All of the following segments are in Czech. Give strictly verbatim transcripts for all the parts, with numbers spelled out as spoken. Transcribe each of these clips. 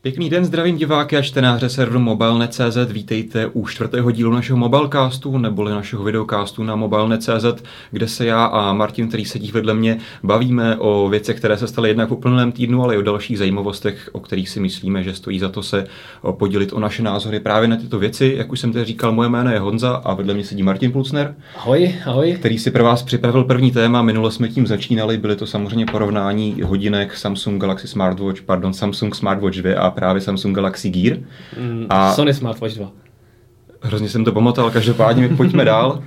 Pěkný den, zdravím diváky a čtenáře serveru mobile tečka cé zet. Vítejte u čtvrtého dílu našeho mobilecastu, neboli našeho videocastu na mobile tečka cé zet, kde se já a Martin, který sedí vedle mě, bavíme o věcech, které se staly jednak v uplynulém týdnu, ale i o dalších zajímavostech, o kterých si myslíme, že stojí za to se podělit o naše názory právě na tyto věci. Jak už jsem teď říkal, moje jméno je Honza a vedle mě sedí Martin Pulcner. Ahoj, ahoj. Který si pro vás připravil první téma. Minule jsme tím začínali, byly to samozřejmě porovnání hodinek Samsung Galaxy Smartwatch, pardon, Samsung Smartwatch dva a právě Samsung Galaxy Gear. Mm, a Sony Smartwatch dva. Hrozně jsem to pamotal, každopádně pojďme dál.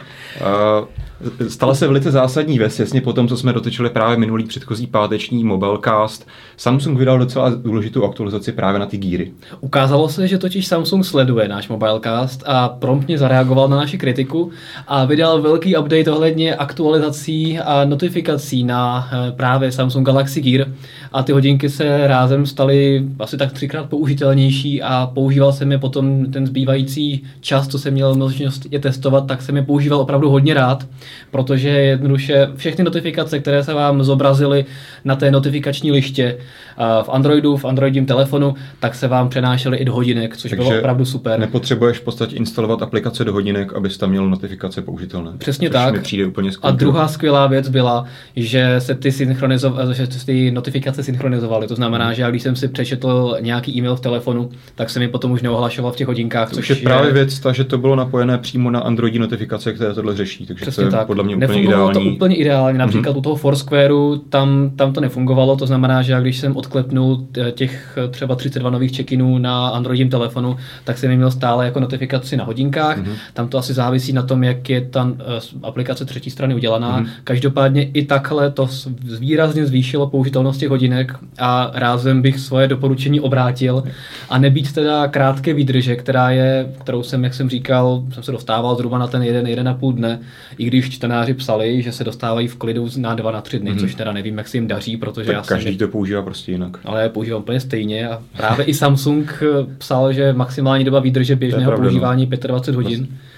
Stala se velice zásadní věc, jasně po tom, co jsme dotyčili právě minulý předchozí páteční mobilecast. Samsung vydal docela důležitou aktualizaci právě na ty Geary. Ukázalo se, že totiž Samsung sleduje náš mobilecast a promptně zareagoval na naši kritiku a vydal velký update ohledně aktualizací a notifikací na právě Samsung Galaxy Gear. A ty hodinky se rázem staly asi tak třikrát použitelnější a používal jsem je potom ten zbývající čas, co jsem měl možnost je testovat, tak jsem je používal opravdu hodně rád, protože jednoduše všechny notifikace, které se vám zobrazily na té notifikační liště v Androidu, v Androidním telefonu, tak se vám přenášely i do hodinek, což Takže bylo opravdu super. Nepotřebuješ v podstatě instalovat aplikace do hodinek, abys tam měl notifikace použitelné. Přesně což tak. Mi přijde úplně a druhá skvělá věc byla, že se ty, synchronizo- že ty notifikace synchronizovaly. To znamená, že já když jsem si přečetl nějaký e-mail v telefonu, tak se mi potom už neohlašoval v těch hodinkách. To což je právě věc ta, že to bylo napojené přímo na Androidní notifikace, které tohle řeší. Takže přesně to je tak. podle mě úplně Nefungovalo ideální. to úplně ideálně. Například mm-hmm. u toho Foursquareu tam, tam to nefungovalo. To znamená, že já když jsem odklepnul těch třeba třicet dva nových check-inů na Androidním telefonu, tak jsem měl stále jako notifikaci na hodinkách. Mm-hmm. Tam to asi závisí na tom, jak je ta aplikace třetí strany udělaná. Mm-hmm. Každopádně i takhle to výrazně zvýšilo použitelnost těch hodinek a rázem bych svoje doporučení obrátil a nebýt teda krátké výdrže, která je, kterou jsem, jak jsem říkal, jsem se dostával zhruba na ten jeden, jeden a půl dne, i když čtenáři psali, že se dostávají v klidu na dva, na tři dny, mm-hmm. což teda nevím, jak se jim daří, protože tak já každý jsem... to používá prostě jinak. Ale já používám úplně stejně a právě i Samsung psal, že maximální doba výdrže běžného pravda, používání no. dvacet pět hodin. Vlastně.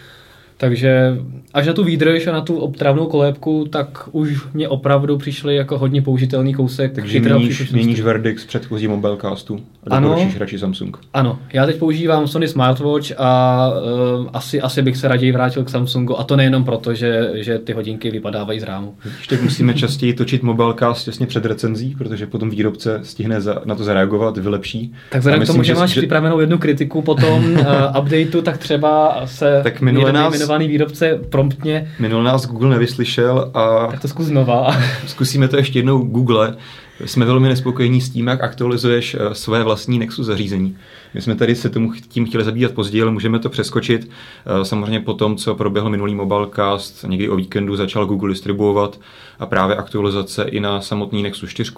Takže až na tu výdrž a na tu obtravnou kolébku, tak už mě opravdu přišly jako hodně použitelný kousek. Takže měníš, měníš verdikt z předchozí mobilecastu a doporučíš radši Samsung. Ano, já teď používám Sony Smartwatch a uh, asi, asi bych se raději vrátil k Samsungu a to nejenom proto, že, že ty hodinky vypadávají z rámu. Ještě musíme častěji točit mobilecast těsně před recenzí, protože potom výrobce stihne za, na to zareagovat, vylepší. Tak vzhledem k tomu, že máš že... připravenou jednu kritiku po tom uh, updateu, tak třeba se tak minule nás výrobce promptně... Minul nás Google nevyslyšel a... Tak to zkus znova. Zkusíme to ještě jednou Google. Jsme velmi nespokojení s tím, jak aktualizuješ své vlastní Nexus zařízení. My jsme tady se tomu tím chtěli zabývat později, ale můžeme to přeskočit. Samozřejmě po tom, co proběhl minulý mobilecast, někdy o víkendu začal Google distribuovat a právě aktualizace i na samotný Nexus čtyři.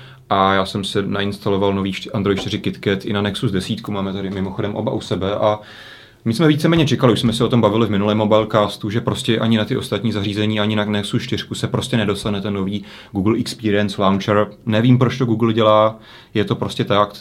A já jsem se nainstaloval nový Android čtyři KitKat i na Nexus deset. Máme tady mimochodem oba u sebe a my jsme víceméně čekali, už jsme se o tom bavili v minulém mobilecastu, že prostě ani na ty ostatní zařízení, ani na Nexus čtyři se prostě nedostane ten nový Google Experience Launcher. Nevím, proč to Google dělá, je to prostě tak.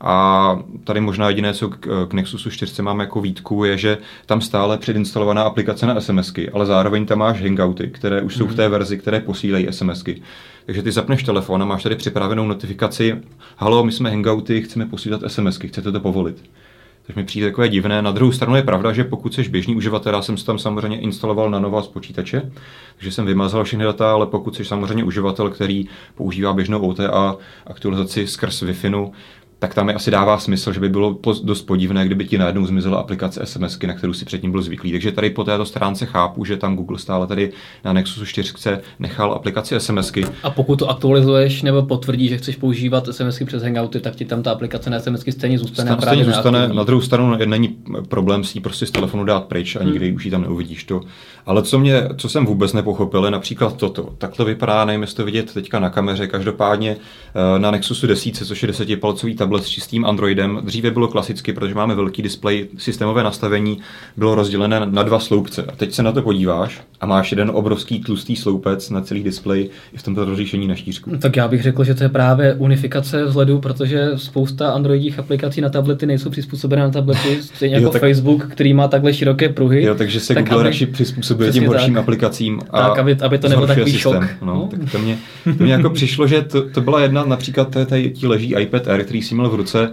A tady možná jediné, co k Nexusu čtyři mám jako výtku, je, že tam stále předinstalovaná aplikace na SMSky, ale zároveň tam máš hangouty, které už jsou v té verzi, které posílají SMSky. Takže ty zapneš telefon a máš tady připravenou notifikaci: halo, my jsme hangouty, chceme posílat SMSky, chcete to povolit? Takže mi přijde takové divné. Na druhou stranu je pravda, že pokud jsi běžný uživatel, já jsem si tam samozřejmě instaloval na novo z počítače, takže jsem vymazal všechny data, ale pokud jsi samozřejmě uživatel, který používá běžnou O T A aktualizaci skrz Wi-Fi, tak tam je asi dává smysl, že by bylo dost podivné, kdyby ti najednou zmizela aplikace SMSky, na kterou si předtím byl zvyklý. Takže tady po této stránce chápu, že tam Google stále tady na Nexusu čtyři nechal aplikaci SMSky. A pokud to aktualizuješ nebo potvrdíš, že chceš používat SMSky přes Hangouty, tak ti tam ta aplikace na SMSky stejně zůstane. Tam stejně zůstane. Na druhou stranu není problém si ji prostě z telefonu dát pryč a nikdy hmm. už ji tam neuvidíš to. Ale co mě, co jsem vůbec nepochopil, je například toto. Takhle vypadá, nevím, jestli to vidět teďka na kameře, každopádně na Nexusu deset, což je desetipalcový tablet s čistým Androidem. Dříve bylo klasicky, protože máme velký displej, systémové nastavení bylo rozdělené na dva sloupce. A teď se na to podíváš a máš jeden obrovský tlustý sloupec na celý displej i v tomto rozlišení na šířku. Tak já bych řekl, že to je právě unifikace vzhledu, protože spousta androidních aplikací na tablety nejsou přizpůsobené na tablety, stejně jako jo, tak... Facebook, který má takhle široké pruhy. Jo, takže se tak Google aby... radši přizpůsobuje tím horším tak. aplikacím a tak, aby, aby to nebyl takový systém. šok. No, no. Tak to mě, to mě jako přišlo, že to, to byla jedna, například tady ti leží iPad Air, který si měl v ruce.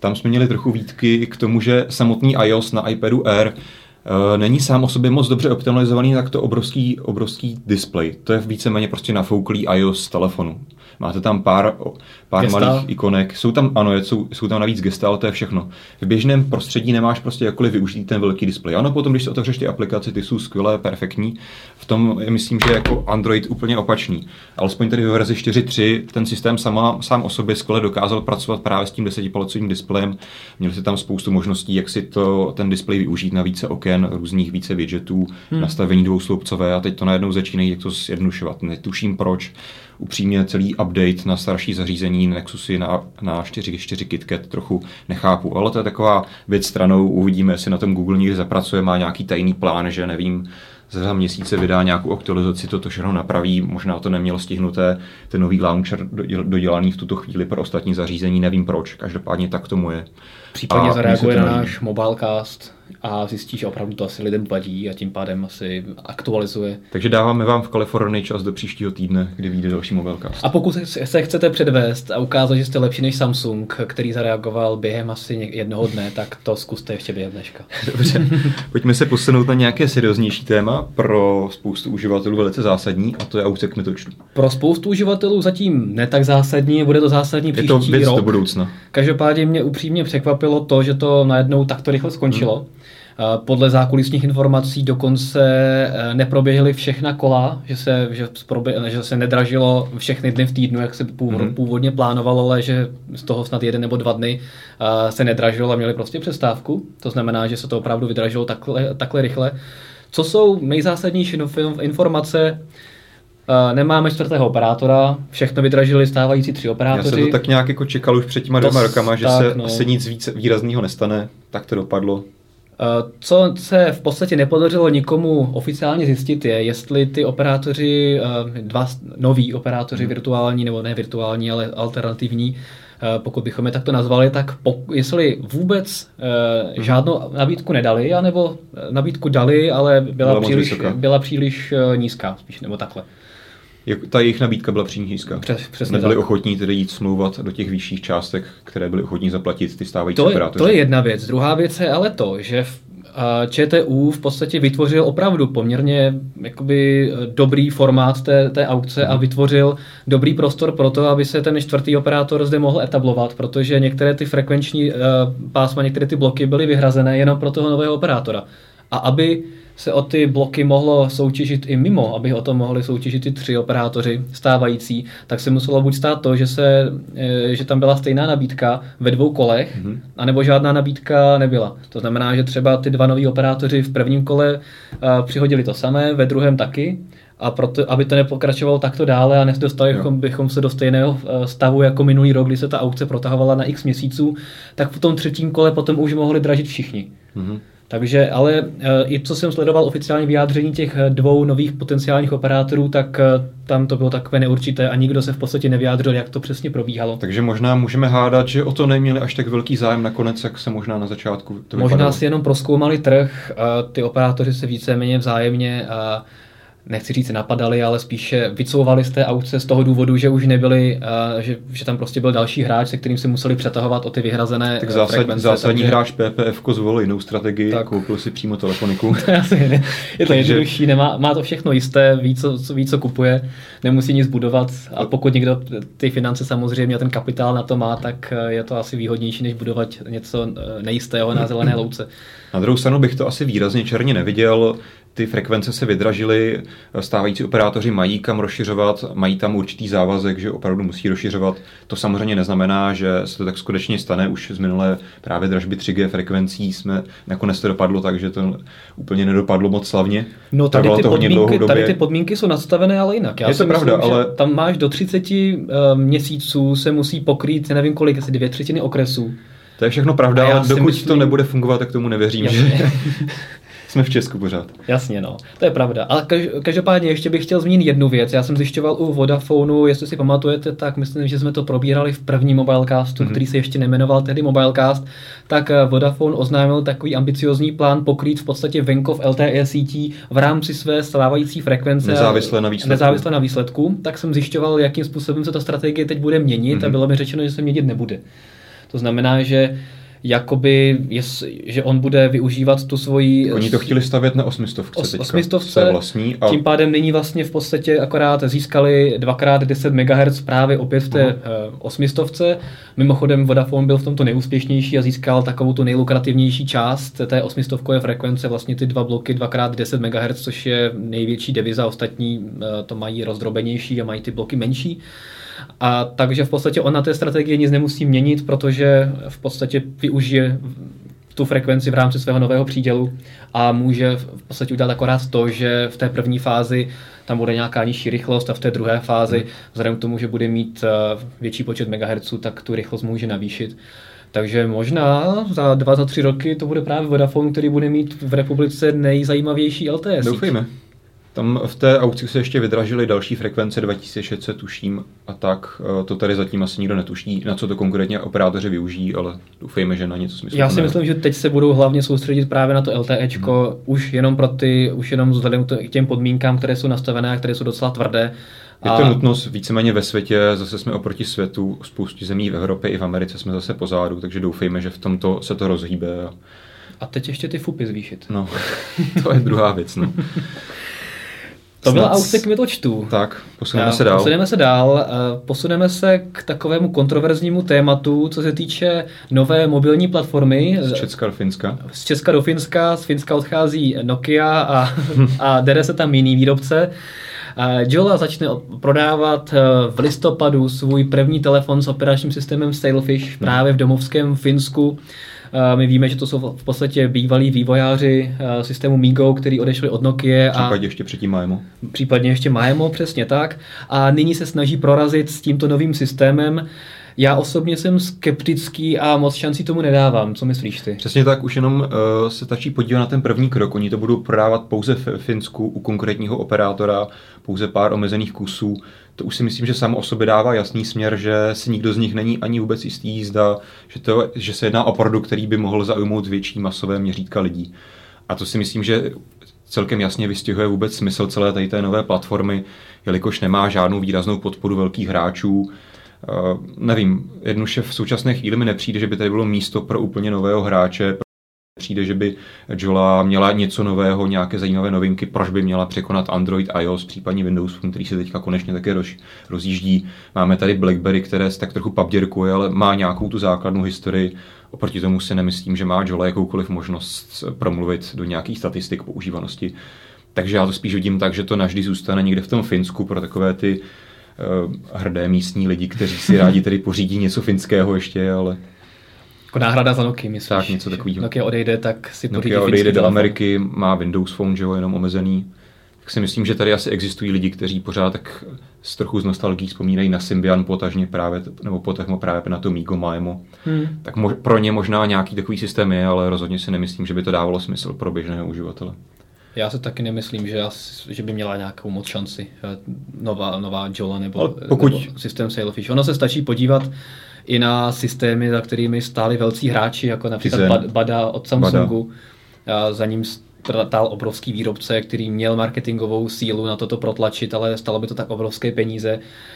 tam jsme měli trochu výtky k tomu, že samotný iOS na iPadu Air není sám o sobě moc dobře optimalizovaný, tak to obrovský, obrovský displej. To je víceméně prostě nafouklý iOS telefonu. Máte tam pár, pár malých ikonek. Jsou tam, ano, jsou, jsou tam navíc gesta, ale to je všechno. V běžném prostředí nemáš prostě jakkoliv využít ten velký displej. Ano, potom, když si otevřeš ty aplikace, ty jsou skvělé, perfektní. V tom myslím, že jako Android úplně opačný. Alespoň tady ve verzi čtyři tečka tři ten systém sama, sám o sobě skvěle dokázal pracovat právě s tím desetipalcovým displejem. Měli si tam spoustu možností, jak si to, ten displej využít na více oken, různých více widgetů, hmm. nastavení dvousloupcové a teď to najednou začínají jak to zjednodušovat. Netuším proč. Upřímně celý update na starší zařízení Nexusy na, na čtyři čtyři KitKat trochu nechápu, ale to je taková věc stranou, uvidíme, jestli na tom Google někdy zapracuje, má nějaký tajný plán, že nevím, za měsíce vydá nějakou aktualizaci, toto všechno napraví, možná to nemělo stihnuté, ten nový launcher dodělaný v tuto chvíli pro ostatní zařízení, nevím proč, každopádně tak tomu je. Případně a zareaguje na náš Mobilecast a zjistí, že opravdu to asi lidem vadí a tím pádem asi aktualizuje. Takže dáváme vám v Kalifornii čas do příštího týdne, kdy vyjde další Mobilecast. A pokud se chcete předvést a ukázat, že jste lepší než Samsung, který zareagoval během asi jednoho dne, tak to zkuste ještě během dneška. Dobře, pojďme se posunout na nějaké serióznější téma, pro spoustu uživatelů velice zásadní, a to je auto kmitočtu. Pro spoustu uživatelů zatím ne tak zásadní, bude to zásadní příští rok. Je to věc do budoucna. Každopádně mě upřímně překvapilo to, že to najednou takto rychle skončilo. Hmm. Podle zákulisních informací dokonce neproběhly všechna kola, že se, že, probě, že se nedražilo všechny dny v týdnu, jak se původně plánovalo, ale že z toho snad jeden nebo dva dny se nedražilo a měli prostě přestávku. To znamená, že se to opravdu vydražilo takhle, takhle rychle. Co jsou nejzásadnější informace? Nemáme čtvrtého operátora, všechno vydražili stávající tři operátoři. Já jsem to tak nějak jako čekal už před těma dvěma rokama, že tak, se no. asi nic víc výrazného nestane, tak to dopadlo. Co se v podstatě nepodařilo nikomu oficiálně zjistit je, jestli ty operátoři, dva noví operátoři, hmm. virtuální nebo ne virtuální, ale alternativní, pokud bychom je takto nazvali, tak pok- jestli vůbec hmm. žádnou nabídku nedali, anebo nabídku dali, ale byla, byla, příliš, byla příliš nízká, spíš, nebo takhle. Ta jejich nabídka byla příliš nízká. Přes, přesně Nebyli tak. ochotní tedy jít smlouvat do těch vyšších částek, které byli ochotní zaplatit ty stávající to je, operátoři. To je jedna věc. Druhá věc je ale to, že v, ČTÚ v podstatě vytvořil opravdu poměrně jakoby dobrý formát té, té aukce a vytvořil dobrý prostor pro to, aby se ten čtvrtý operátor zde mohl etablovat, protože některé ty frekvenční uh, pásma, některé ty bloky byly vyhrazené jenom pro toho nového operátora. A aby se o ty bloky mohlo soutěžit i mimo, aby o to mohli soutěžit i tři operátoři stávající, tak se muselo buď stát to, že, se, že tam byla stejná nabídka ve dvou kolech, mm-hmm. anebo žádná nabídka nebyla. To znamená, že třeba ty dva noví operátoři v prvním kole uh, přihodili to samé, ve druhém taky, a proto, aby to nepokračovalo takto dále a nedostali bychom, bychom se do stejného stavu jako minulý rok, kdy se ta aukce protahovala na x měsíců, tak v tom třetím kole potom už mohli dražit všichni. Mm-hmm. Takže, ale i co jsem sledoval oficiální vyjádření těch dvou nových potenciálních operátorů, tak tam to bylo takové neurčité a nikdo se v podstatě nevyjádřil, jak to přesně probíhalo. Takže možná můžeme hádat, že o to neměli až tak velký zájem nakonec, jak se možná na začátku to Možná vypadalo. si jenom prozkoumali trh, ty operátoři se víceméně vzájemně nechci říct napadali, ale spíše vycouvali z té aukce z toho důvodu, že už nebyli, uh, že, že tam prostě byl další hráč, se kterým se museli přetahovat o ty vyhrazené tak zásad, frekvence. Zásadní takže... hráč P P F ko zvolil jinou strategii, tak. Koupil si přímo telefoniku. To je asi ne. Je to takže... jednodušší, nemá, má to všechno jisté, ví co, ví, co kupuje, nemusí nic budovat a pokud někdo ty finance samozřejmě a ten kapitál na to má, tak je to asi výhodnější, než budovat něco nejistého na zelené louce. Na druhou stranu bych to asi výrazně černě neviděl. Ty frekvence se vydražily, stávající operátoři mají kam rozšiřovat, mají tam určitý závazek, že opravdu musí rozšiřovat. To samozřejmě neznamená, že se to tak skutečně stane. Už z minulé právě dražby tři G frekvencí jsme nakonec to dopadlo, takže to úplně nedopadlo moc slavně. No tady ty, podmínky, tady ty podmínky jsou nastavené ale jinak. Já je to pravda, myslím, ale... tam máš do třicet uh, měsíců se musí pokrýt, nevím kolik, asi dvě třetiny okresů. To je všechno pravda, ale dokud myslím... to nebude fungovat, tak tomu nevěřím, že jsme v Česku pořád. Jasně, no, to je pravda. Ale každopádně ještě bych chtěl zmínit jednu věc. Já jsem zjišťoval u Vodafonu, jestli si pamatujete, tak myslím, že jsme to probírali v prvním Mobilecastu, mm-hmm. který se ještě nejmenoval tehdy Mobilecast, tak Vodafone oznámil takový ambiciozní plán pokrýt v podstatě venkov L T E sítí v rámci své stávající frekvence. Nezávisle na výsledku. Nezávisle na výsledku. Tak jsem zjišťoval, jakým způsobem se ta strategie teď bude měnit mm-hmm. a bylo mi řečeno, že se měnit nebude. To znamená, že jakoby, jest, že on bude využívat tu svoji... Oni to chtěli stavět na osmistovce os, teďka. Osmistovce, vlastní, a... tím pádem nyní vlastně v podstatě akorát získali dva krát deset megahertzů právě opět v té uh, osmistovce. Mimochodem Vodafone byl v tomto nejúspěšnější a získal takovou tu nejlukrativnější část té osmistovkové frekvence, vlastně ty dva bloky dva krát deset megahertzů, což je největší deviza, ostatní uh, to mají rozdrobenější a mají ty bloky menší. A takže v podstatě on na té strategii nic nemusí měnit, protože v podstatě využije tu frekvenci v rámci svého nového přídělu a může v podstatě udělat akorát to, že v té první fázi tam bude nějaká nižší rychlost a v té druhé fázi, vzhledem k tomu, že bude mít větší počet megahertzů, tak tu rychlost může navýšit. Takže možná za dva, za tři roky to bude právě Vodafone, který bude mít v republice nejzajímavější L T E. Doufejme. Tam v té aukci se ještě vydražily další frekvence dva tisíce šest set, tuším, a tak to tady zatím asi nikdo netuší, na co to konkrétně operátoři využijí, ale doufejme, že na něco smysluplného. Já si myslím, že teď se budou hlavně soustředit právě na to LTEčko, hmm. už jenom pro ty, už jenom vzhledem k těm podmínkám, které jsou nastavené a které jsou docela tvrdé. Je to nutnost víceméně ve světě, zase jsme oproti světu, spoustu zemí v Evropě i v Americe jsme zase pozadu, takže doufejme, že v tomto se to rozhýbe. A, a teď ještě ty fupy zvýšit. No, to je druhá věc, no. To byla aukce květočtů. Tak, posuneme se dál. Posuneme se dál. Posuneme se k takovému kontroverznímu tématu, co se týče nové mobilní platformy. Z Česka do Finska. Z Česka do Finska. Z Finska odchází Nokia a, a dere se tam jiný výrobce. Jolla začne prodávat v listopadu svůj první telefon s operačním systémem Sailfish právě v domovském Finsku. My víme, že to jsou v podstatě bývalí vývojáři systému MeeGo, který odešli od Nokia. Případně ještě předtím Maemo. Případně ještě Maemo, přesně tak. A nyní se snaží prorazit s tímto novým systémem. Já osobně jsem skeptický a moc šancí tomu nedávám. Co myslíš ty? Přesně tak, už jenom uh, se stačí podívat na ten první krok. Oni to budou prodávat pouze v Finsku u konkrétního operátora, pouze pár omezených kusů. To už si myslím, že samo o sobě dává jasný směr, že si nikdo z nich není ani vůbec jistý jízda, že, to, že se jedná o produkt, který by mohl zaujmout větší masové měřítka lidí. A to si myslím, že celkem jasně vystihuje vůbec smysl celé tady té nové platformy, jelikož nemá žádnou výraznou podporu velkých hráčů. Uh, nevím, jednoduše v současné chvíli mi nepřijde, že by tady bylo místo pro úplně nového hráče. Přijde, že by Jolla měla něco nového, nějaké zajímavé novinky, proč by měla překonat Android, iOS, případně Windows Phone, který se teďka konečně také roz, rozjíždí. Máme tady BlackBerry, které se tak trochu papděrkuje, ale má nějakou tu základnou historii. Oproti tomu si nemyslím, že má Jolla jakoukoliv možnost promluvit do nějakých statistik používanosti. Takže já to spíš vidím tak, že to navždy zůstane někde v tom Finsku pro takové ty uh, hrdé místní lidi, kteří si rádi tedy pořídí něco finského ještě, ale... Jako náhrada za Nokia, myslíš? Tak, něco takového. Nokia odejde, tak si pořídí Nokia odejde do Ameriky, má Windows Phone, že jo, jenom omezený. Tak si myslím, že tady asi existují lidi, kteří pořád tak s trochu z nostalgií vzpomínají na Symbian, potažně právě, nebo potažmo právě na to MeeGo, Maemo. Hmm. Tak mo- pro ně možná nějaký takový systém je, ale rozhodně si nemyslím, že by to dávalo smysl pro běžného uživatele. Já se taky nemyslím, že, asi, že by měla nějakou moc šanci nová, nová Jolla nebo, pokud... nebo systém Sailfish. Ono se stačí podívat i na systémy, za kterými stáli velcí hráči, jako například Bada od Samsungu. Bada. Za ním stál obrovský výrobce, který měl marketingovou sílu na toto protlačit, ale stalo by to tak obrovské peníze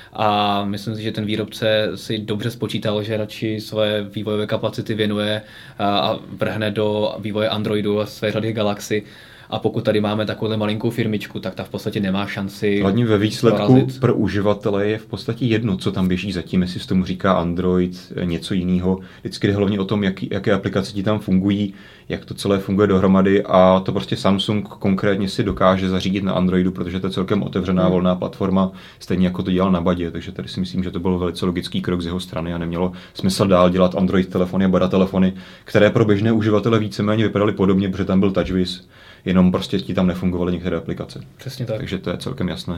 a myslím si, že ten výrobce si dobře spočítal, že radši své vývojové kapacity věnuje a vrhne do vývoje Androidu a své řady Galaxy. A pokud tady máme takovou malinkou firmičku, tak ta v podstatě nemá šanci. Hlavně ve výsledku prorazit. Pro uživatele je v podstatě jedno, co tam běží zatím, jestli se tomu říká Android, něco jiného. Vždycky jde hlavně o tom, jaký, jaké aplikace ti tam fungují, jak to celé funguje dohromady a to prostě Samsung konkrétně si dokáže zařídit na Androidu, protože to je celkem otevřená hmm. volná platforma, stejně jako to dělal na Badě, takže tady si myslím, že to byl velice logický krok z jeho strany a nemělo smysl dál dělat Android telefony a Bada telefony, které pro běžné uživatele víceméně vypadaly podobně, protože tam byl TouchWiz. Jenom prostě ti tam nefungovaly některé aplikace. Přesně tak. Takže to je celkem jasné.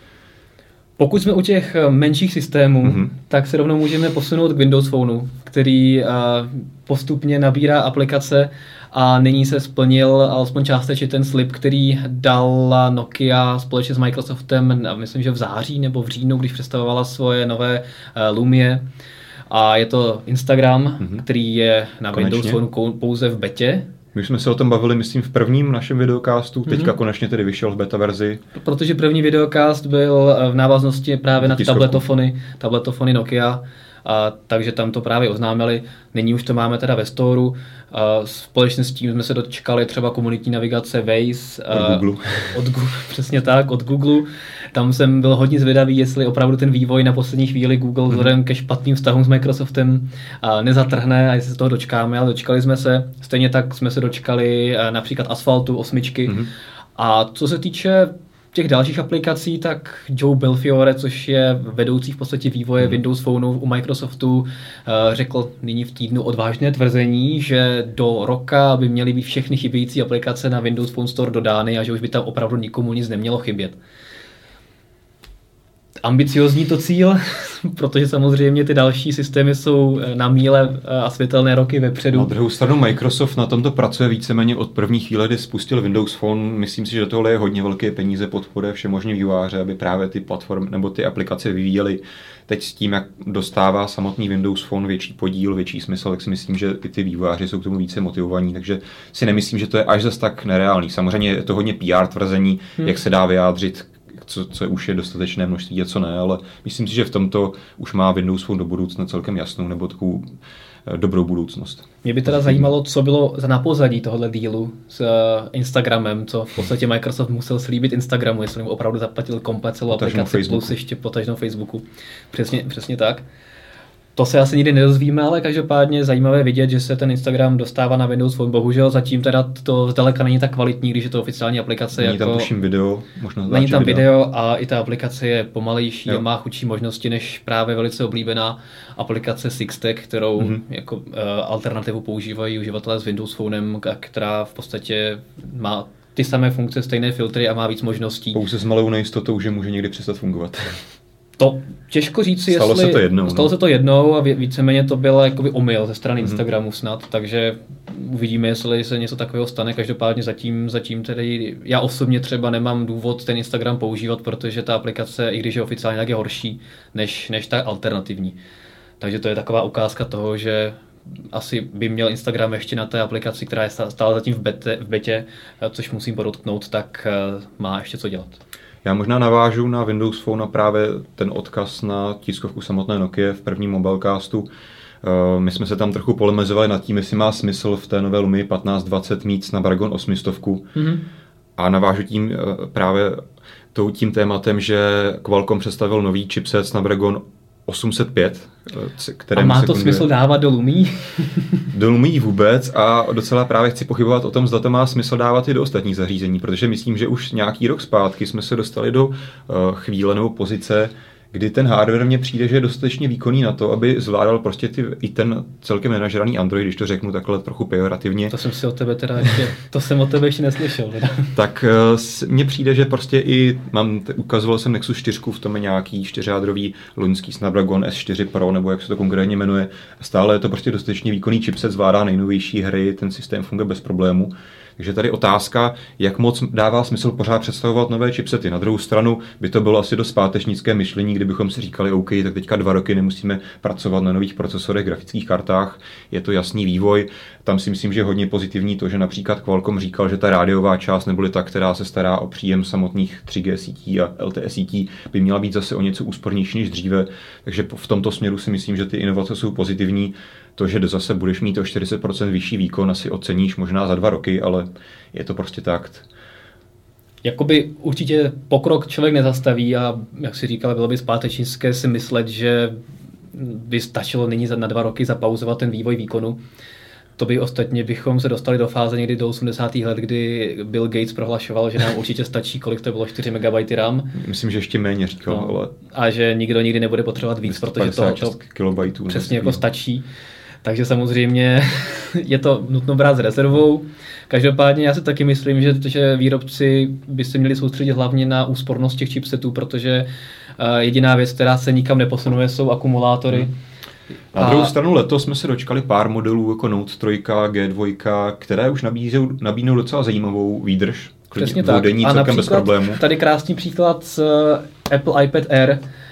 Pokud jsme u těch menších systémů, mm-hmm. tak se rovnou můžeme posunout k Windows Phoneu, který uh, postupně nabírá aplikace a nyní se splnil alespoň částečně ten slib, který dala Nokia společně s Microsoftem, myslím, že v září nebo v říjnu, když představovala svoje nové uh, Lumie. A je to Instagram, mm-hmm. který je na Konečně. Windows Phoneu pouze v betě. My jsme se o tom bavili, myslím, v prvním našem videocastu, teďka mm-hmm. konečně tedy vyšel v beta verzi. Protože první videocast byl v návaznosti právě na ty tabletofony, tabletofony Nokia, a takže tam to právě oznámili. Nyní už to máme teda ve storu. A společně s tím jsme se dočkali třeba komunitní navigace Waze. Od Google. Od, přesně tak, od Google. Tam jsem byl hodně zvědavý, jestli opravdu ten vývoj na poslední chvíli Google vzhledem mm-hmm. ke špatným vztahům s Microsoftem nezatrhne a jestli se toho dočkáme, ale dočkali jsme se. Stejně tak jsme se dočkali například Asfaltu osmičky. Mm-hmm. A co se týče těch dalších aplikací, tak Joe Belfiore, což je vedoucí v podstatě vývoje hmm. Windows Phoneu u Microsoftu, řekl nyní v týdnu odvážné tvrzení, že do roka by měly být všechny chybějící aplikace na Windows Phone Store dodány a že už by tam opravdu nikomu nic nemělo chybět. Ambiciozní to cíl, protože samozřejmě ty další systémy jsou na míle a světelné roky vepředu. Na druhou stranu Microsoft na tomto pracuje víceméně od první chvíle, kdy spustil Windows Phone. Myslím si, že tohle je hodně velké peníze, podporuje všemožní vývojáře, aby právě ty platformy nebo ty aplikace vyvíjely. Teď s tím, jak dostává samotný Windows Phone větší podíl, větší smysl, tak si myslím, že i ty vývojáři jsou k tomu více motivovaní, takže si nemyslím, že to je až zas tak nereálný. Samozřejmě je to hodně P R tvrzení, hmm. jak se dá vyjádřit, Co, co už je dostatečné množství a co ne, ale myslím si, že v tomto už má Windows Phone do budoucna celkem jasnou nebo takovou dobrou budoucnost. Mě by teda zajímalo, co bylo za napozadí tohohle dílu s Instagramem, co v podstatě Microsoft musel slíbit Instagramu, jestli mu opravdu zaplatil komplet celou aplikaci plus ještě potažnou Facebooku. Přesně, přesně tak. To se asi nikdy nedozvíme, ale každopádně je zajímavé vidět, že se ten Instagram dostává na Windows Phone. Bohužel zatím teda to zdaleka není tak kvalitní, když je to oficiální aplikace. Není jako... tam tuším video. Možná není tam video a i ta aplikace je pomalejší jo. a má chudší možnosti než právě velice oblíbená aplikace Sixtech, kterou mm-hmm. jako uh, alternativu používají uživatelé s Windows Phonem, která v podstatě má ty samé funkce, stejné filtry a má víc možností. Pouze s malou nejistotou, že může někdy přestat fungovat. To těžko říct si, stalo jestli... se to jednou. Stalo no. se to jednou a víceméně to byl jakoby omyl ze strany mm-hmm. Instagramu snad, takže uvidíme, jestli se něco takového stane. Každopádně zatím, zatím tedy já osobně třeba nemám důvod ten Instagram používat, protože ta aplikace, i když je oficiálně, tak je horší než, než ta alternativní. Takže to je taková ukázka toho, že asi by měl Instagram ještě na té aplikaci, která je stále zatím v, bete, v betě, což musím podotknout, tak má ještě co dělat. Já možná navážu na Windows Phone a právě ten odkaz na tiskovku samotné Nokia v prvním mobilecastu. My jsme se tam trochu polemizovali nad tím, jestli má smysl v té nové Lumii patnáct dvacet mít Snapdragon osm set. Mm-hmm. A navážu tím právě tím tématem, že Qualcomm představil nový chipset Snapdragon osm set pět. A má to smysl dávat do Lumii? Do Lumii vůbec a docela právě chci pochybovat o tom, zda to má smysl dávat i do ostatních zařízení, protože myslím, že už nějaký rok zpátky jsme se dostali do uh, chvíle nebo pozice, kdy ten hardware mně přijde, že je dostatečně výkonný na to, aby zvládal prostě ty, i ten celkem nenažraný Android, když to řeknu takhle trochu pejorativně. To jsem si od tebe teda ještě, to jsem od tebe ještě neslyšel. Teda. Tak uh, mně přijde, že prostě i, mám, t- ukazoval jsem Nexus čtyři, v tom je nějaký čtyřjádrový loňský Snapdragon S čtyři Pro, nebo jak se to konkrétně jmenuje. Stále je to prostě dostatečně výkonný chipset, zvládá nejnovější hry, ten systém funguje bez problému. Takže tady otázka, jak moc dává smysl pořád představovat nové chipsety. Na druhou stranu by to bylo asi dost pátečnické myšlení, kdybychom si říkali, OK, tak teďka dva roky nemusíme pracovat na nových procesorech, grafických kartách, je to jasný vývoj. Tam si myslím, že je hodně pozitivní to, že například Qualcomm říkal, že ta rádiová část, neboli ta, která se stará o příjem samotných tři G sítí a L T E sítí, by měla být zase o něco úspornější než dříve. Takže v tomto směru si myslím, že ty inovace jsou pozitivní. To, že zase budeš mít o čtyřicet procent vyšší výkon, asi oceníš možná za dva roky, ale je to prostě tak. Jakoby určitě pokrok člověk nezastaví a jak si říkal, bylo by zpátečnické si myslet, že by stačilo nyní na dva roky zapauzovat ten vývoj výkonu. To by ostatně bychom se dostali do fáze někdy do osmdesátých let, kdy Bill Gates prohlašoval, že nám určitě stačí, kolik to bylo, čtyři megabajty RAM. Myslím, že ještě méně říkal, no, ale... A že nikdo nikdy nebude potřebovat víc, protože toho to kilobajtů přesně jako stačí. Takže samozřejmě je to nutno brát s rezervou. Každopádně já si taky myslím, že, že výrobci by se měli soustředit hlavně na úspornost těch chipsetů, protože jediná věc, která se nikam neposunuje, jsou akumulátory. Hmm. Na druhou stranu letos jsme se dočkali pár modelů jako Note tři, G dva, které už nabízou, nabídnou docela zajímavou výdrž. Přesně tak. A například bez problému. Tady krásný příklad z Apple iPad Air,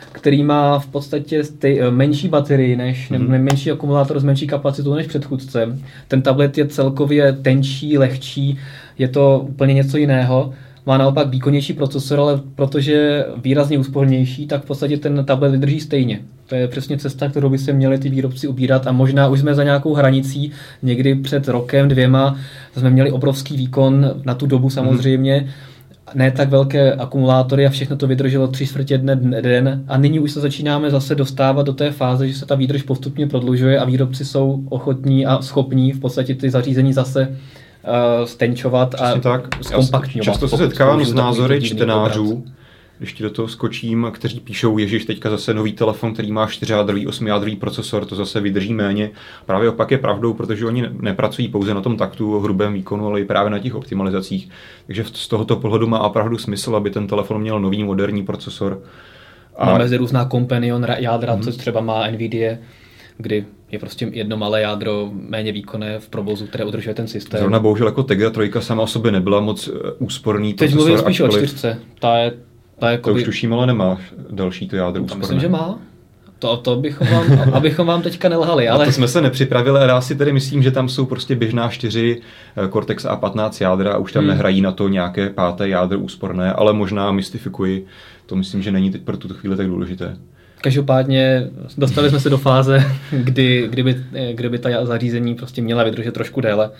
který má v podstatě stej, menší baterii než, mm-hmm. menší akumulátor s menší kapacitou než předchůdce. Ten tablet je celkově tenčí, lehčí, je to úplně něco jiného. Má naopak výkonnější procesor, ale protože výrazně úspornější, tak v podstatě ten tablet vydrží stejně. To je přesně cesta, kterou by se měli ty výrobci ubírat a možná už jsme za nějakou hranicí, někdy před rokem, dvěma, jsme měli obrovský výkon na tu dobu samozřejmě, mm-hmm. ne tak velké akumulátory a všechno to vydrželo tři čtvrtě dne, den a nyní už se začínáme zase dostávat do té fáze, že se ta výdrž postupně prodlužuje a výrobci jsou ochotní a schopní v podstatě ty zařízení zase Uh, stenčovat a zkompaktňovat. Často se setkávám s názory čtenářů, když ti do toho skočím, kteří píšou, ježiš, teďka zase nový telefon, který má čtyřjádrový, osmijádrový procesor, to zase vydrží méně. Právě opak je pravdou, protože oni nepracují pouze na tom taktu, o hrubém výkonu, ale i právě na těch optimalizacích. Takže z tohoto pohledu má opravdu smysl, aby ten telefon měl nový moderní procesor. A máme zde různá companion jádra, mm-hmm. co třeba má Nvidia, kdy je prostě jedno malé jádro méně výkonné v provozu, které udržuje ten systém. Zrovna bohužel jako Tegra tři sama o sobě nebyla moc úsporný Teď procesor. Teď mluvím spíš o čtyřce. Ta je, ta je to už tuším, ale nemá další to jádro úsporné. Myslím, že má. To, to bychom vám, abychom vám teďka nelhali. Ale... A to jsme se nepřipravili, ale já si tedy myslím, že tam jsou prostě běžná čtyři Cortex A patnáct jádra a už tam hmm. nehrají na to nějaké páté jádro úsporné, ale možná mystifikuji. To myslím, že není teď pro tuto chvíli tak důležité. Každopádně dostali jsme se do fáze, kdy, kdyby, kdyby ta zařízení prostě měla vydržet trošku déle.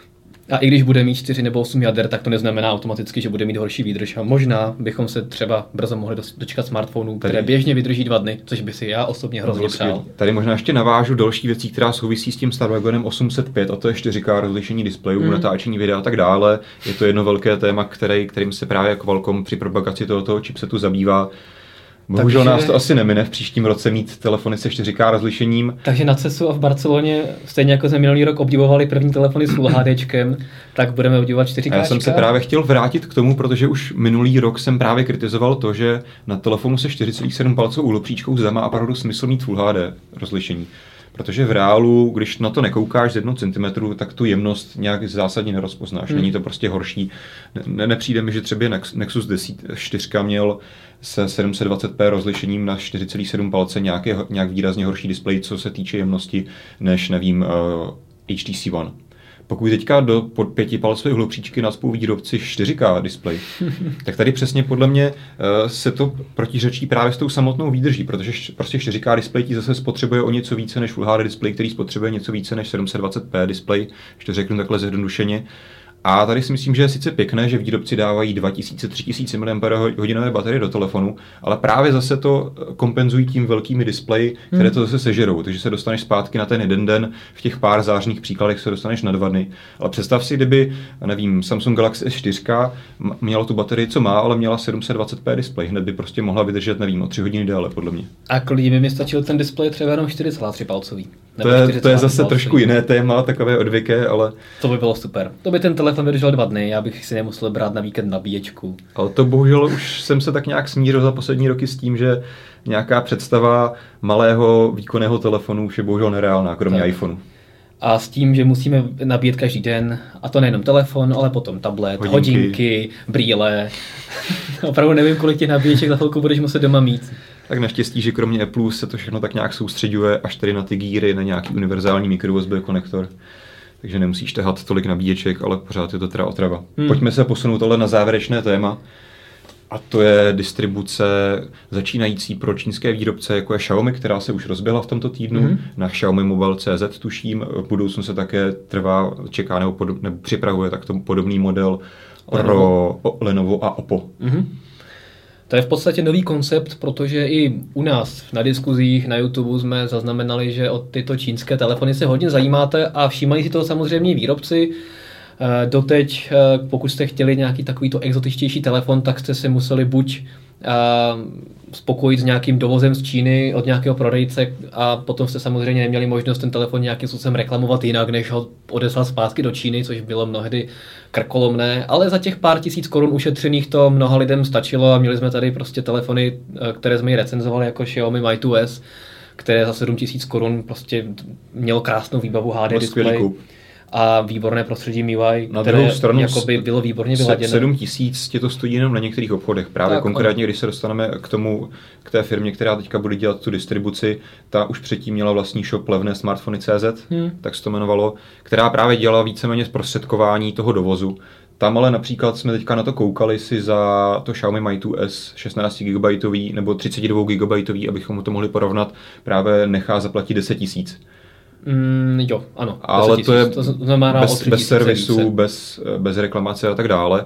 A i když bude mít čtyři nebo osm jader, tak to neznamená automaticky, že bude mít horší výdrž. A možná bychom se třeba brzo mohli dočkat smartphonů, které běžně vydrží dva dny, což by si já osobně hrozně přál. Tady možná ještě navážu další věcí, která souvisí s tím Snapdragonem osm set pět, a to je čtyři ká rozlišení displejů, mm. natáčení videa a tak dále. Je to jedno velké téma, který, kterým se právě Qualcomm při propagaci tohoto chipsetu zabývá. Bohužel takže, nás to asi nemine v příštím roce mít telefony se čtyři ká rozlišením. Takže na CESu a v Barceloně, stejně jako jsme minulý rok obdivovali první telefony s Full HDčkem, tak budeme obdivovat čtyři ká. Já jsem se právě chtěl vrátit k tomu, protože už minulý rok jsem právě kritizoval to, že na telefonu se čtyři celá sedm palcovou úhlopříčkou zda má opravdu smysl mít Full H D rozlišení. Protože v reálu, když na to nekoukáš z jednoho centimetru, tak tu jemnost nějak zásadně nerozpoznáš. Hmm. Není to prostě horší. Ne, nepřijde mi, že třeba Nexus čtyři měl se sedm set dvacet pé rozlišením na čtyři celá sedm palce nějaký, nějak výrazně horší displej, co se týče jemnosti, než, nevím, uh, H T C One. Pokud teďka do pod pětipalcové uhlopříčky nacpou výrobci čtyři ká displej, tak tady přesně podle mě uh, se to protiřečí právě s tou samotnou výdrží, protože š- prostě čtyři ká displej ti zase spotřebuje o něco více než Full H D displej, který spotřebuje něco více než sedm set dvacet pé displej, když to řeknu takhle zjednodušeně. A tady si myslím, že je sice pěkné, že výrobci dávají dva tisíce, tři tisíce miliampérhodinové baterie do telefonu, ale právě zase to kompenzují tím velkými displeji, které to zase sežerou. Takže se dostaneš zpátky na ten jeden den, v těch pár zářných příkladech se dostaneš na dva dny. Ale představ si, kdyby, nevím, Samsung Galaxy S čtyři měla tu baterii, co má, ale měla sedm set dvacet pé displej. Hned by prostě mohla vydržet, nevím, o tři hodiny déle, podle mě. A klidně by mi stačil ten displej třeba jenom čtyři celá tři palcový. To je, to je zase palcový. Trošku jiné téma, takové odvyké, ale... To by bylo super. To by ten telefon vydržel dva dny, já bych si nemusel brát na víkend nabíječku. Ale to bohužel už jsem se tak nějak smířil za poslední roky s tím, že nějaká představa malého výkonného telefonu už je bohužel nereálná, kromě tak. iPhoneu. A s tím, že musíme nabíjet každý den, a to nejenom telefon, ale potom tablet, hodinky, hodinky brýle. Opravdu nevím, kolik těch nabíječek za chvilku budeš muset doma mít. Tak naštěstí, že kromě Apple se to všechno tak nějak soustředuje až tady na ty gíry, na nějaký univerzální micro U S B konektor. Takže nemusíš tahat tolik nabíječek, ale pořád je to teda otrava. Hmm. Pojďme se posunout ale na závěrečné téma. A to je distribuce začínající pro čínské výrobce, jako je Xiaomi, která se už rozběhla v tomto týdnu. Mm-hmm. Na Xiaomi Mobile tečka cé zet tuším. V budoucnu se také trvá, čeká nebo, podob, nebo připravuje takto podobný model pro Lenovo a Oppo. Mm-hmm. To je v podstatě nový koncept, protože i u nás na diskuzích na YouTube jsme zaznamenali, že o tyto čínské telefony se hodně zajímáte a všímají si to samozřejmě výrobci. Doteď, pokud jste chtěli nějaký takovýto exotičtější telefon, tak jste se museli buď spokojit s nějakým dovozem z Číny od nějakého prodejce a potom jste samozřejmě neměli možnost ten telefon nějakým způsobem reklamovat jinak, než ho odeslat zpátky do Číny, což bylo mnohdy krkolomné, ale za těch pár tisíc korun ušetřených to mnoha lidem stačilo a měli jsme tady prostě telefony, které jsme ji recenzovali jako Xiaomi Mi dva S, které za sedm tisíc korun prostě mělo krásnou výbavu H D display. a výborné prostředí M I U I, na které stranu jakoby bylo výborně vyladěné. sedm tisíc tě to stojí jenom na některých obchodech. Právě tak, konkrétně, když se dostaneme k tomu, k té firmě, která teďka bude dělat tu distribuci, ta už předtím měla vlastní shop levné smartfony tečka cé zet, hmm. tak se to jmenovalo, která právě dělala víceméně zprostředkování toho dovozu. Tam ale například jsme teďka na to koukali si za to Xiaomi Mi two S šestnáct gigabajtový nebo třicet dva gigabajtový, abychom to mohli porovnat, právě nechá zaplatit deset tisíc. Mm, jo, ano. Ale to je to znamená bez, bez servisu, bez, bez reklamace a tak dále.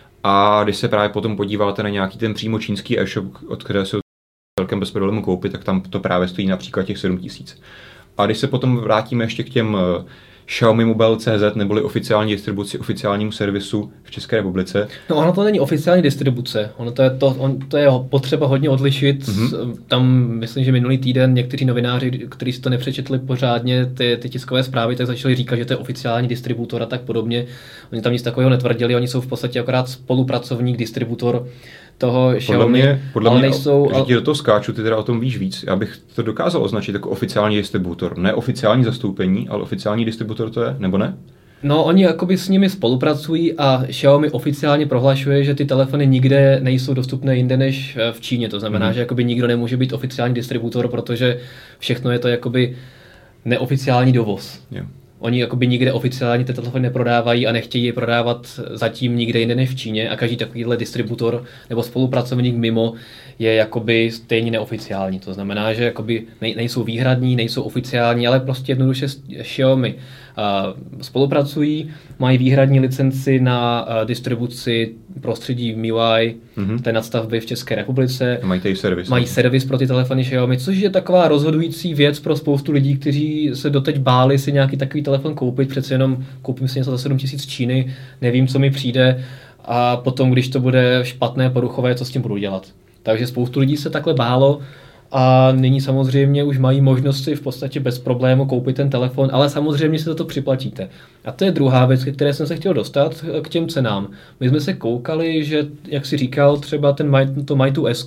A když se právě potom podíváte na nějaký ten přímo čínský e-shop, od které se celkem bez problémů koupit, tak tam to právě stojí například těch sedm tisíc. A když se potom vrátíme ještě k těm Xiaomi Mobile tečka cé zet neboli oficiální distribuci, oficiálnímu servisu v České republice. No ono to není oficiální distribuce, ono to je, to, on, to je potřeba hodně odlišit. Mm-hmm. Tam myslím, že minulý týden někteří novináři, kteří si to nepřečetli pořádně, ty, ty tiskové zprávy, tak začali říkat, že to je oficiální distributor a tak podobně. Oni tam nic takového netvrdili, oni jsou v podstatě akorát spolupracovník, distributor toho Xiaomi, mě, podle ale mě, nejsou... Že ti do toho skáču, ty teda o tom víš víc. Já bych to dokázal označit jako oficiální distributor. Ne oficiální zastoupení, ale oficiální distributor to je, nebo ne? No, oni jakoby s nimi spolupracují a Xiaomi oficiálně prohlašuje, že ty telefony nikde nejsou dostupné jinde než v Číně. To znamená, mm. že jakoby nikdo nemůže být oficiální distributor, protože všechno je to jakoby neoficiální dovoz. Yeah. Oni jakoby nikde oficiálně ty telefony neprodávají a nechtějí je prodávat zatím nikde jinde než v Číně a každý takovýhle distributor nebo spolupracovník mimo je jakoby stejně neoficiální. To znamená, že jakoby nejsou výhradní, nejsou oficiální, ale prostě jednoduše s Xiaomi spolupracují, mají výhradní licenci na distribuci prostředí M I U I, mm-hmm. té nadstavby v České republice. A mají tady servis. Mají servis pro ty telefony Xiaomi, což je taková rozhodující věc pro spoustu lidí, kteří se doteď báli si nějaký takový telefon koupit, přece jenom koupím si něco za sedm tisíc z Číny, nevím, co mi přijde a potom, když to bude špatné, poruchové, co s tím budu dělat. Takže spoustu lidí se takhle bálo a nyní samozřejmě už mají možnost si v podstatě bez problému koupit ten telefon, ale samozřejmě si za to připlatíte. A to je druhá věc, ke které jsem se chtěl dostat, k těm cenám. My jsme se koukali, že, jak si říkal, třeba ten Mi, to Mi two S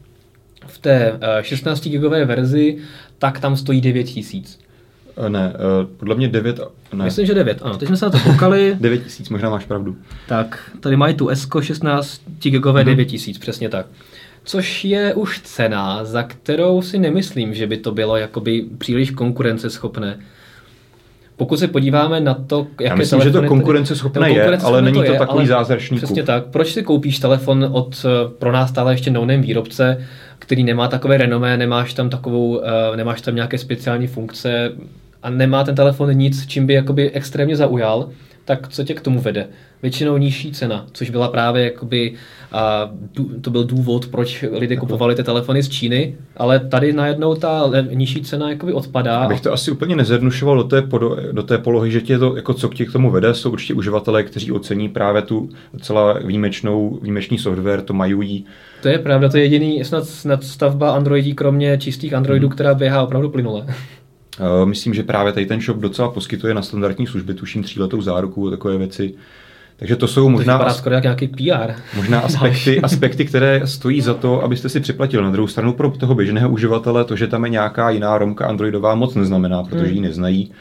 v té šestnáctigigové verzi, tak tam stojí devět tisíc. Ne, podle mě devět, ne. Myslím, že devět, ano. Teď jsme se na to koukali. devět tisíc, možná máš pravdu. Tak, tady Mi two S šestnáctigigové mm-hmm. devět tisíc, přesně tak. Což je už cena, za kterou si nemyslím, že by to bylo jakoby příliš konkurenceschopné. Pokud se podíváme na to, jaké Já myslím, že to konkurenceschopné je, ale není to takový zázračný kup. Přesně tak. Proč si koupíš telefon od pro nás stále ještě no-name výrobce, který nemá takové renomé, nemáš tam takovou, nemáš tam nějaké speciální funkce a nemá ten telefon nic, čím by jakoby extrémně zaujal, tak co tě k tomu vede? Většinou nižší cena, což byla právě jakoby, a, to byl důvod, proč lidé kupovali ty telefony z Číny, ale tady najednou ta nižší cena jakoby odpadá. Abych to asi úplně nezjednušoval do té, podo, do té polohy, že tě to, jako co k tě k tomu vede, jsou určitě uživatelé, kteří ocení právě tu docela výjimečnou, výjimečný software, to M I U I. To je pravda, to je jediný snad, snad stavba Androidí, kromě čistých Androidů, hmm. která běhá opravdu plynule. Myslím, že právě tady ten shop docela poskytuje na standardní služby, tuším tříletou záruku a takové věci. Takže to jsou možná, to skoro jak nějaký P R. možná aspekty, aspekty, které stojí za to, abyste si připlatili. Na druhou stranu pro toho běžného uživatele to, že tam je nějaká jiná romka androidová, moc neznamená, protože hmm. ji neznají.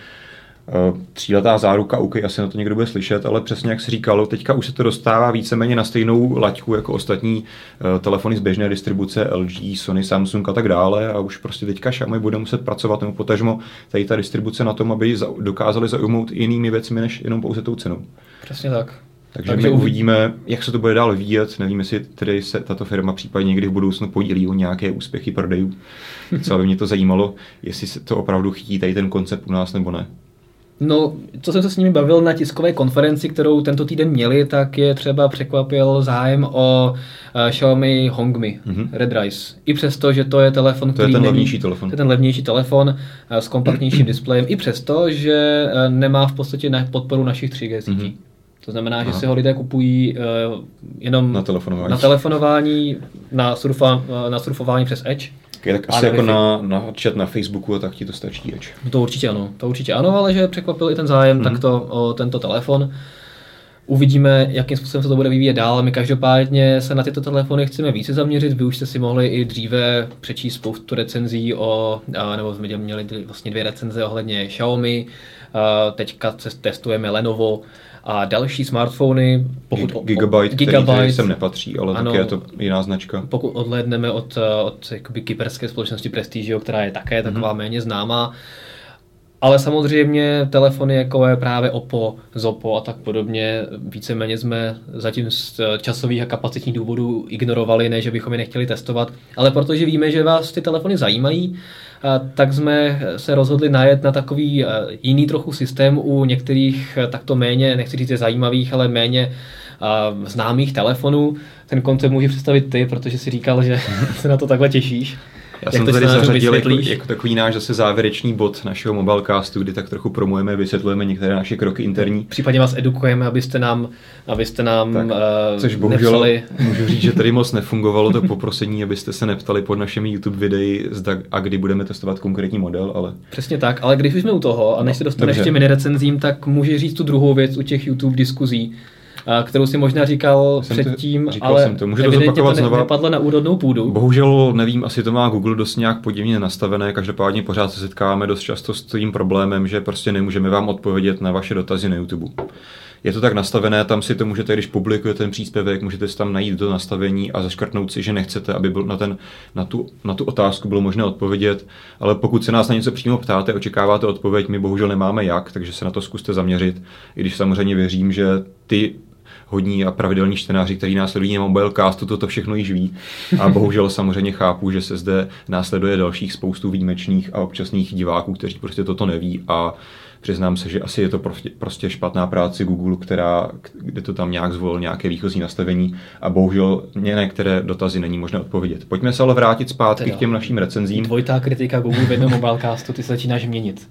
Tříletá záruka, OK, asi na to někdo bude slyšet, ale přesně jak se říkalo, teďka už se to dostává víceméně na stejnou laťku jako ostatní uh, telefony z běžné distribuce L G, Sony, Samsung a tak dále a už prostě teďka Xiaomi bude muset pracovat, nebo potažmo tady ta distribuce na tom, aby za, dokázali zaujmout jinými věcmi, než jenom pouze tou cenou. Přesně tak. Takže, Takže my uvidíme, jak se to bude dál vyvíjet. Nevím, jestli tedy se tato firma případně někdy v budoucnu podílí o nějaké úspěchy prodejů. Co by mě to zajímalo, jestli se to opravdu chytí tady ten koncept u nás nebo ne. No, co jsem se s nimi bavil na tiskové konferenci, kterou tento týden měli, tak je třeba překvapil zájem o uh, Xiaomi Hongmi mm-hmm. Red Rise. I přesto, že to je telefon, to který je ten není, levnější telefon. To je ten levnější telefon uh, s kompaktnějším displejem. I přesto, že uh, nemá v podstatě na podporu našich tři G sítí. Mm-hmm. To znamená, Aha. že si ho lidé kupují uh, jenom na telefonování, na, telefonování, na, surfa, uh, na surfování přes Edge. Okay, tak asi jako na, na chat na Facebooku a tak ti to stačí Edge. To určitě ano, to určitě ano, ale že překvapil i ten zájem mm-hmm. takto o tento telefon. Uvidíme, jakým způsobem se to bude vyvíjet dál. My každopádně se na tyto telefony chceme více zaměřit. Vy už jste si mohli i dříve přečíst spoustu recenzí o, nebo jsme měli vlastně dvě recenze ohledně Xiaomi. Teďka testujeme Lenovo a další smartfony. Pokud Gigabyte, Gigabyte, který sem nepatří, ale ano, taky je to jiná značka. Pokud odhlédneme od, od jakoby kyperské společnosti Prestigio, která je také taková mm-hmm. méně známá. Ale samozřejmě telefony jako je právě Oppo, Zoppo a tak podobně, víceméně jsme zatím z časových a kapacitních důvodů ignorovali, ne že bychom je nechtěli testovat, ale protože víme, že vás ty telefony zajímají, tak jsme se rozhodli najet na takový jiný trochu systém u některých takto méně, nechci říct zajímavých, ale méně známých telefonů. Ten koncept může představit ty, protože si říkal, že se na to takhle těšíš. Já jsem tady zařadil jako, jako takový náš zase závěrečný bod našeho Mobilecastu, kdy tak trochu promujeme, vysvětlujeme některé naše kroky interní. Případně vás edukujeme, abyste nám, abyste nám tak, uh, což bohužel nepsali. Můžu říct, že tady moc nefungovalo to poprosení, abyste se neptali pod našimi YouTube videi, zda a kdy budeme testovat konkrétní model, ale... Přesně tak, ale když už jsme u toho a než no, se dostaneš k těm mini recenzím, tak můžeš říct tu druhou věc u těch YouTube diskuzí, kterou si možná říkal jsem předtím, to, říkal ale jsem to. Můžu to zopakovat to ne, znova. Nepadlo na úrodnou půdu. Bohužel nevím, asi to má Google dost nějak podivně nastavené, každopádně pořád se setkáváme dost často s tím problémem, že prostě nemůžeme vám odpovědět na vaše dotazy na YouTube. Je to tak nastavené, tam si to můžete, když publikujete ten příspěvek, můžete si tam najít do nastavení a zaškrtnout si, že nechcete, aby byl na, ten, na, tu, na tu otázku bylo možné odpovědět, ale pokud se nás na něco přímo ptáte, očekáváte odpověď, my bohužel nemáme jak, takže se na to zkuste zaměřit, i když samozřejmě věřím, že ty hodní a pravidelní čtenáři, kteří následují na Mobilecastu, toto všechno již ví. A bohužel samozřejmě chápu, že se zde následuje dalších spoustu výjimečných a občasných diváků, kteří prostě toto neví a přiznám se, že asi je to prostě, prostě špatná práce Google, která, kde to tam nějak zvolil nějaké výchozí nastavení a bohužel některé dotazy není možné odpovědět. Pojďme se ale vrátit zpátky teda k těm našim recenzím. Dvojitá kritika Google v jednom Mobilecastu, ty se začínáš měnit.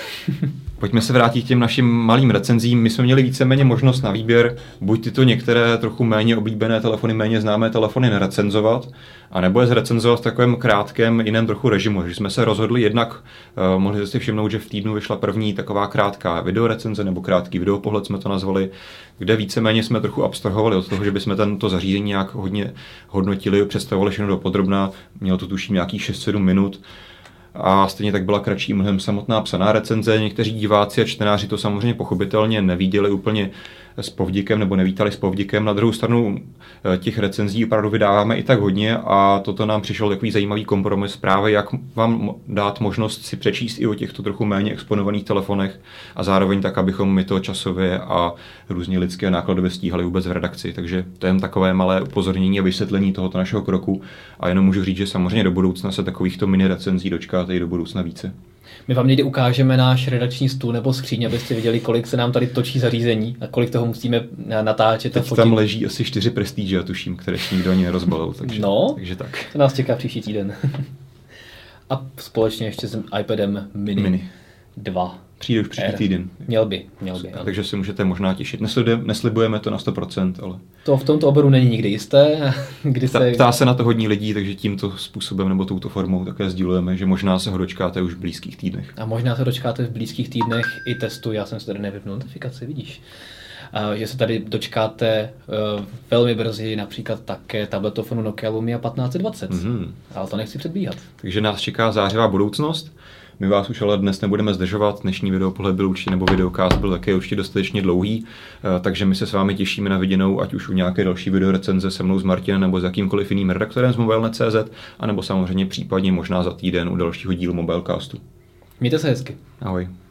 Pojďme se vrátit k těm našim malým recenzím. My jsme měli víceméně možnost na výběr, buď tyto některé trochu méně oblíbené telefony, méně známé telefony nerecenzovat, anebo je zrecenzovat v takovém krátkém jiném trochu režimu. Že jsme se rozhodli jednak, uh, mohli jste si všimnout, že v týdnu vyšla první taková krátká videorecenze nebo krátký videopohled jsme to nazvali, kde víceméně jsme trochu abstrahovali od toho, že bychom tento zařízení nějak hodně hodnotili, představovali všechno dopodrobna, mělo to tuším nějakých šest sedm minut. A stejně tak byla kratší mnohem samotná psaná recenze. Někteří diváci a čtenáři to samozřejmě pochopitelně neviděli úplně s povdikem nebo nevítali s povdikem. Na druhou stranu těch recenzí opravdu vydáváme i tak hodně a toto nám přišel takový zajímavý kompromis právě, jak vám dát možnost si přečíst i o těchto trochu méně exponovaných telefonech a zároveň tak, abychom my to časově a různě lidské a nákladově stíhali vůbec v redakci. Takže to je jen takové malé upozornění a vysvětlení tohoto našeho kroku a jenom můžu říct, že samozřejmě do budoucna se takovýchto mini recenzí dočkáte i do budoucna více. My vám někdy ukážeme náš redakční stůl nebo skříň, abyste viděli, kolik se nám tady točí zařízení a kolik toho musíme natáčet. Teď tam leží asi čtyři Prestige, tuším, které ještě nikdo ani nerozbalil. Takže, no, takže tak. To nás čeká příští týden. A společně ještě s iPadem Mini, Mini. dva. Přijde už příští týden. Měl by, měl by. Ale. Takže se můžete možná těšit. Neslibujeme to na sto procent, ale... To v tomto oboru není nikdy jisté. Kdy se... Ptá se na to hodně lidí, takže tímto způsobem nebo touto formou také sdílujeme, že možná se ho dočkáte už v blízkých týdnech. A možná se dočkáte v blízkých týdnech i testu. Já jsem se tady nevypnul notifikaci, vidíš. Uh, že se tady dočkáte uh, velmi brzy například také tabletofonu Nokia Lumia patnáct dvacet. Mm-hmm. Ale to nechci předbíhat. Takže nás čeká zářivá budoucnost. My vás už ale dnes nebudeme zdržovat, dnešní videopohled byl určitě, nebo videokast byl také určitě dostatečně dlouhý, takže my se s vámi těšíme na viděnou, ať už u nějaké další videorecenze se mnou s Martinem nebo s jakýmkoliv jiným redaktorem z Mobile tečka cé zet, anebo samozřejmě případně možná za týden u dalšího dílu Mobilecastu. Mějte se hezky. Ahoj.